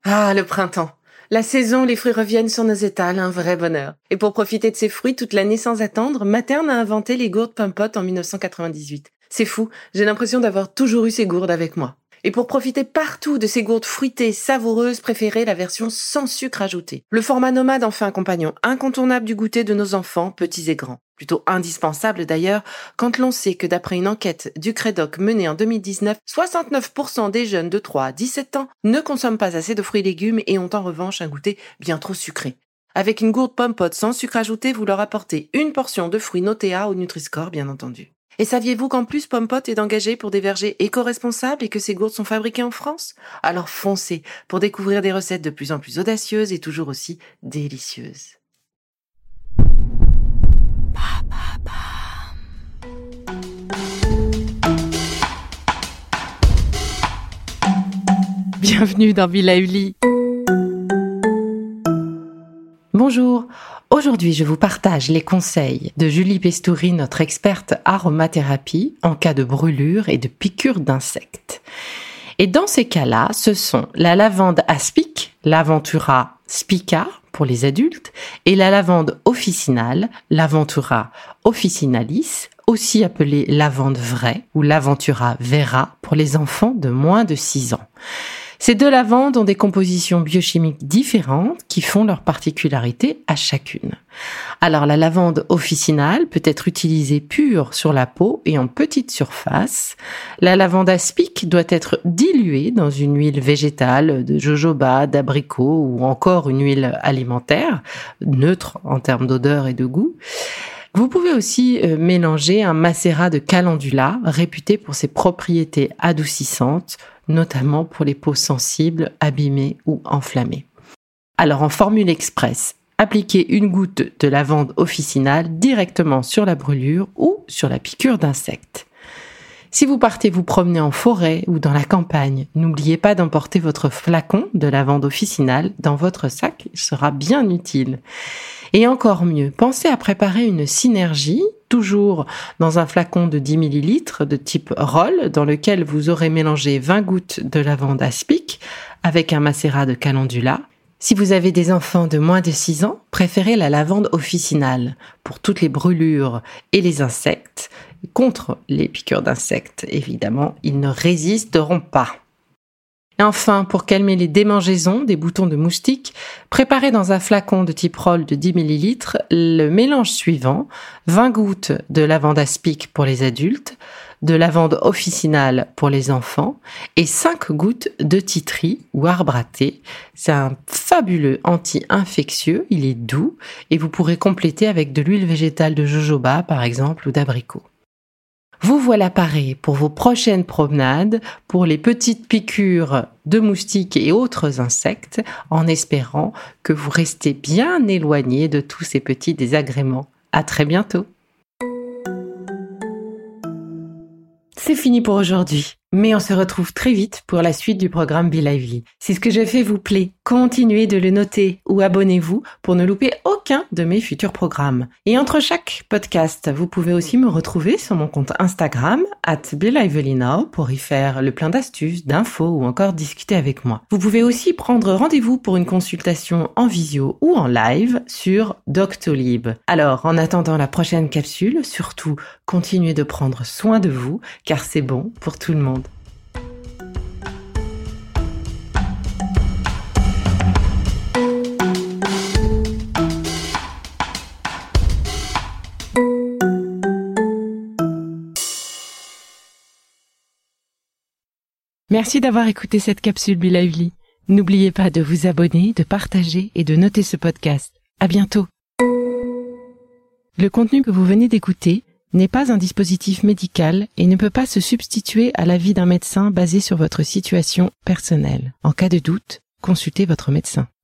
Ah, le printemps. La saison où les fruits reviennent sur nos étals, un vrai bonheur. Et pour profiter de ces fruits toute l'année sans attendre, Materne a inventé les gourdes Pump-Pot en 1998. C'est fou, j'ai l'impression d'avoir toujours eu ces gourdes avec moi. Et pour profiter partout de ces gourdes fruitées, savoureuses, préférez la version sans sucre ajouté. Le format nomade en fait un compagnon incontournable du goûter de nos enfants, petits et grands. Plutôt indispensable d'ailleurs, quand l'on sait que d'après une enquête du Crédoc menée en 2019, 69% des jeunes de 3 à 17 ans ne consomment pas assez de fruits et légumes et ont en revanche un goûter bien trop sucré. Avec une gourde Pump-Pot sans sucre ajouté, vous leur apportez une portion de fruits notés A au Nutri-Score, bien entendu. Et saviez-vous qu'en plus Pump-Pot est engagé pour des vergers éco-responsables et que ces gourdes sont fabriquées en France? Alors foncez pour découvrir des recettes de plus en plus audacieuses et toujours aussi délicieuses. Bienvenue dans Be Lively. Bonjour, aujourd'hui je vous partage les conseils de Julie Pestouri, notre experte aromathérapie en cas de brûlure et de piqûres d'insectes. Et dans ces cas-là, ce sont la lavande aspic, l'Aventura spica pour les adultes, et la lavande officinale, l'Aventura officinalis, aussi appelée lavande vraie ou l'Aventura vera pour les enfants de moins de 6 ans. Ces deux lavandes ont des compositions biochimiques différentes qui font leur particularité à chacune. Alors la lavande officinale peut être utilisée pure sur la peau et en petite surface. La lavande aspic doit être diluée dans une huile végétale de jojoba, d'abricot ou encore une huile alimentaire, neutre en termes d'odeur et de goût. Vous pouvez aussi mélanger un macérat de calendula, réputé pour ses propriétés adoucissantes, notamment pour les peaux sensibles, abîmées ou enflammées. Alors en formule express, appliquez une goutte de lavande officinale directement sur la brûlure ou sur la piqûre d'insectes. Si vous partez vous promener en forêt ou dans la campagne, n'oubliez pas d'emporter votre flacon de lavande officinale dans votre sac, il sera bien utile. Et encore mieux, pensez à préparer une synergie, toujours dans un flacon de 10 ml de type roll, dans lequel vous aurez mélangé 20 gouttes de lavande aspic avec un macérat de calendula. Si vous avez des enfants de moins de 6 ans, préférez la lavande officinale pour toutes les brûlures et les insectes. Contre les piqûres d'insectes, évidemment, ils ne résisteront pas. Et enfin, pour calmer les démangeaisons des boutons de moustiques, préparez dans un flacon de type roll de 10 ml le mélange suivant: 20 gouttes de lavande aspic pour les adultes, de lavande officinale pour les enfants et 5 gouttes de titri ou arbre à thé. C'est un fabuleux anti-infectieux, il est doux et vous pourrez compléter avec de l'huile végétale de jojoba par exemple ou d'abricot. Vous voilà parés pour vos prochaines promenades, pour les petites piqûres de moustiques et autres insectes, en espérant que vous restez bien éloignés de tous ces petits désagréments. À très bientôt. C'est fini pour aujourd'hui, mais on se retrouve très vite pour la suite du programme Be Lively. Si ce que je fais vous plaît, continuez de le noter ou abonnez-vous pour ne louper aucun de mes futurs programmes. Et entre chaque podcast, vous pouvez aussi me retrouver sur mon compte Instagram @BeLivelyNow pour y faire le plein d'astuces, d'infos ou encore discuter avec moi. Vous pouvez aussi prendre rendez-vous pour une consultation en visio ou en live sur Doctolib. Alors, en attendant la prochaine capsule, surtout, continuez de prendre soin de vous car c'est bon pour tout le monde. Merci d'avoir écouté cette capsule Be Lively. N'oubliez pas de vous abonner, de partager et de noter ce podcast. À bientôt. Le contenu que vous venez d'écouter n'est pas un dispositif médical et ne peut pas se substituer à l'avis d'un médecin basé sur votre situation personnelle. En cas de doute, consultez votre médecin.